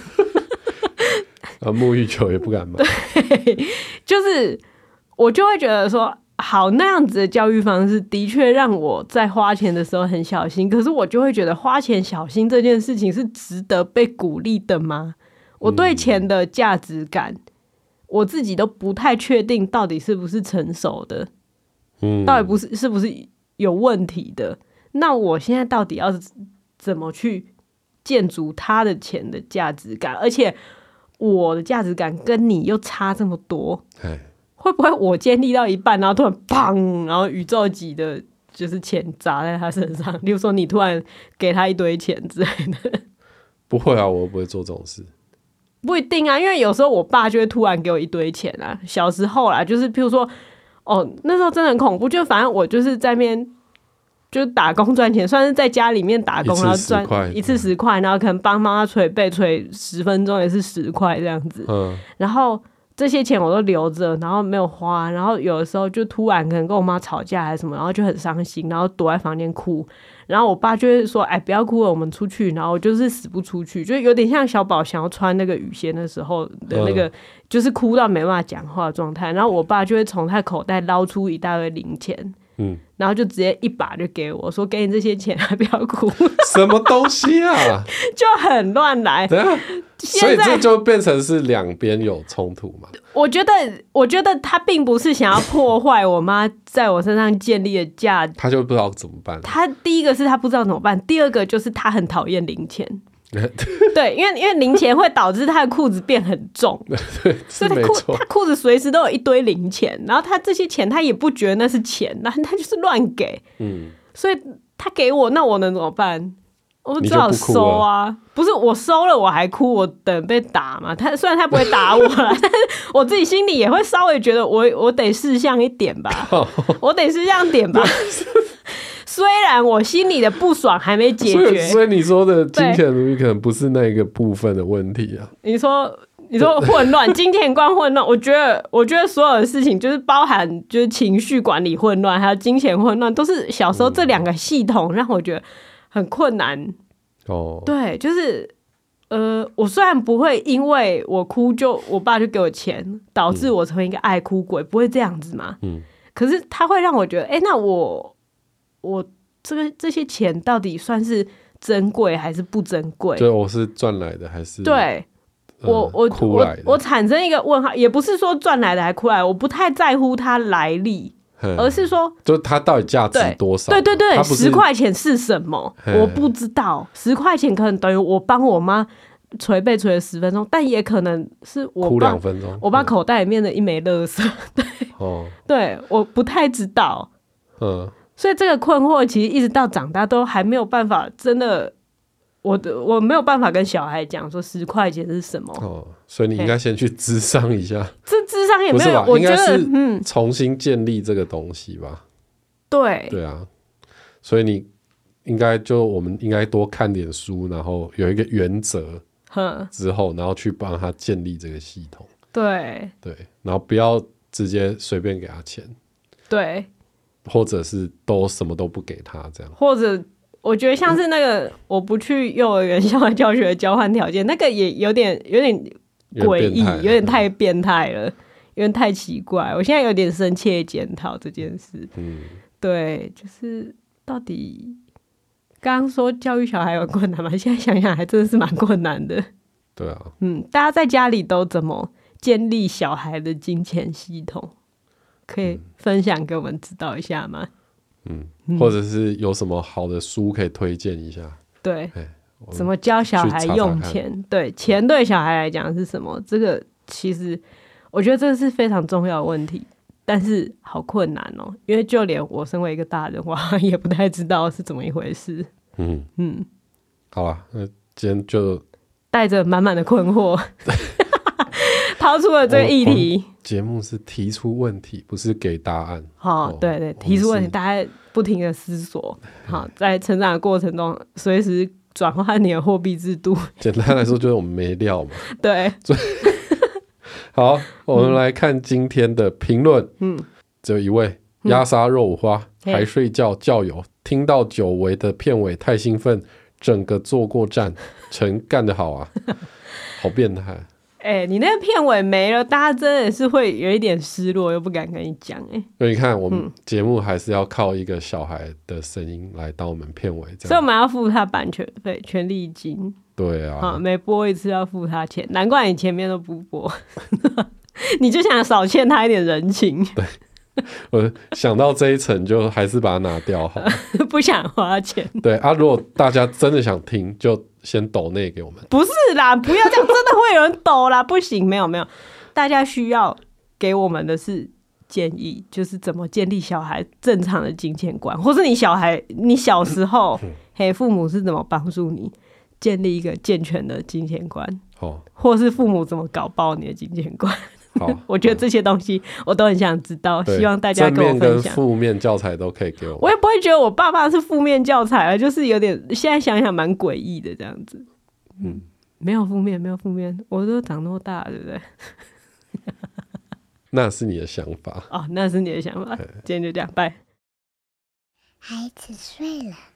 啊，沐浴球也不敢买。 对，就是我就会觉得说，好，那样子的教育方式的确让我在花钱的时候很小心，可是我就会觉得花钱小心这件事情是值得被鼓励的吗？我对钱的价值感，嗯、我自己都不太确定到底是不是成熟的，嗯，到底不是是不是有问题的？那我现在到底要怎么去建筑他的钱的价值感？而且我的价值感跟你又差这么多，会不会我建立到一半，然后突然砰，然后宇宙级的就是钱砸在他身上？例如说你突然给他一堆钱之类的。 不会啊，我不会做这种事。 不一定啊，因为有时候我爸就会突然给我一堆钱啊。小时候啦，就是譬如说，哦，那时候真的很恐怖，就反正我就是在那边就是打工赚钱，算是在家里面打工，然后赚一次十块，然后可能帮妈妈捶背捶十分钟也是十块这样子。嗯，然后这些钱我都留着，然后没有花，然后有的时候就突然可能跟我妈吵架还是什么，然后就很伤心，然后躲在房间哭，然后我爸就会说：“哎，不要哭了，我们出去。”然后我就是死不出去，就有点像小宝想要穿那个雨鞋的时候的那个，嗯、就是哭到没办法讲话的状态。然后我爸就会从他口袋捞出一大堆零钱。嗯，然后就直接一把就给我说：“给你这些钱，还不要哭。” 什么东西啊？ 就很乱来。对啊， 所以这就变成是两边有冲突嘛？ 我觉得，我觉得他并不是想要破坏我妈在我身上建立的价值， 他就不知道怎么办。 他第一个是他不知道怎么办，第二个就是他很讨厌零钱。对，因为因为零钱会导致他的裤子变很重， 对， 所以他裤他裤子随时都有一堆零钱，然后他这些钱他也不觉得那是钱，然后他就是乱给，嗯，所以他给我，那我能怎么办？我只好收啊，不, 不是我收了我还哭，我等被打嘛。他虽然他不会打我啦，但是我自己心里也会稍微觉得我我得识相一点吧，我得识相点吧。虽然我心里的不爽还没解决， 所以所以你说的金钱奴隶可能不是那个部分的问题啊。 你说你说混乱，金钱观混乱，我觉得我觉得所有的事情就是包含就是情绪管理混乱，还有金钱混乱，都是小时候这两个系统让我觉得很困难。哦，对，就是呃，我虽然不会因为我哭就我爸就给我钱，导致我成为一个爱哭鬼，嗯、不会这样子嘛。嗯。可是他会让我觉得，哎、欸，那我我这个这些钱到底算是珍贵还是不珍贵？ 就我是赚来的还是？ 对。我我我我产生一个问号，也不是说赚来的还哭来，我不太在乎它来历，而是说， 就它到底价值多少？ 对对对，十块钱是什么？我不知道，十块钱可能等于我帮我妈捶背捶了十分钟，但也可能是我哭两分钟， 我爸口袋里面的一枚垃圾。对，哦，对，我不太知道，嗯，所以这个困惑其实一直到长大都还没有办法真的。我的我没有办法跟小孩讲说十块钱是什么哦， 所以你应该先去諮商一下。 这諮商也没有，我觉得嗯， 重新建立这个东西吧。 对对啊，所以你应该就我们应该多看点书，然后有一个原则之后，然后去帮他建立这个系统。 对对，然后不要直接随便给他钱， 对， 或者是都什么都不给他这样， 或者。我觉得像是那个我不去幼儿园校外教学的交换条件，那个也有点有点诡异，有点太变态了，有点太奇怪。我现在有点深切检讨这件事。嗯，对，就是到底刚刚说教育小孩有困难吗？现在想想还真的是蛮困难的。 对啊， 嗯，大家在家里都怎么建立小孩的金钱系统？可以分享给我们知道一下吗？ 嗯，或者是有什么好的书可以推荐一下？ 对，怎么教小孩用钱？查查对，钱对小孩来讲是什么？这个其实我觉得这是非常重要的问题，但是好困难哦，因为就连我身为一个大人，我也不太知道是怎么一回事。嗯嗯， 好啦，那今天就带着满满的困惑。抛出了这个议题， 节目是提出问题，不是给答案。 好、哦，对对，提出问题，大家不停的思索。好，在成长的过程中，随时转换你的货币制度。 简单来说，就是我们没料嘛。 对。 好，我们来看今天的评论。嗯，只有一位鸭沙肉五花、嗯、还睡觉教友，听到久违的片尾太兴奋，整个坐过站，陈干得好啊，好变态。 哎、欸，你那个片尾没了，大家真的是会有一点失落，又不敢跟你讲。哎、欸， 所以你看，我们节目还是要靠一个小孩的声音来当我们片尾，这样， 所以我们要付他版权费、权利金。 对啊， 啊，每播一次要付他钱，难怪你前面都不播，你就想少欠他一点人情。 对，我想到这一层，就还是把它拿掉好了， 不想花钱。 对啊，如果大家真的想听，就先抖内给我们。 不是啦，不要这样，真的会有人抖啦，不行，没有没有，大家需要给我们的是建议，就是怎么建立小孩正常的金钱观，或是你小孩你小时候嘿父母是怎么帮助你建立一个健全的金钱观，哦，或是父母怎么搞爆你的金钱观。好，我觉得这些东西我都很想知道，希望大家跟我分享。 正面跟负面教材都可以给我。 我也不会觉得我爸爸是负面教材啊，就是有点现在想想蛮诡异的这样子。嗯，没有负面，没有负面，我都长那么大，对不对？ 那是你的想法。 哦，那是你的想法。今天就这样，拜。 孩子睡了。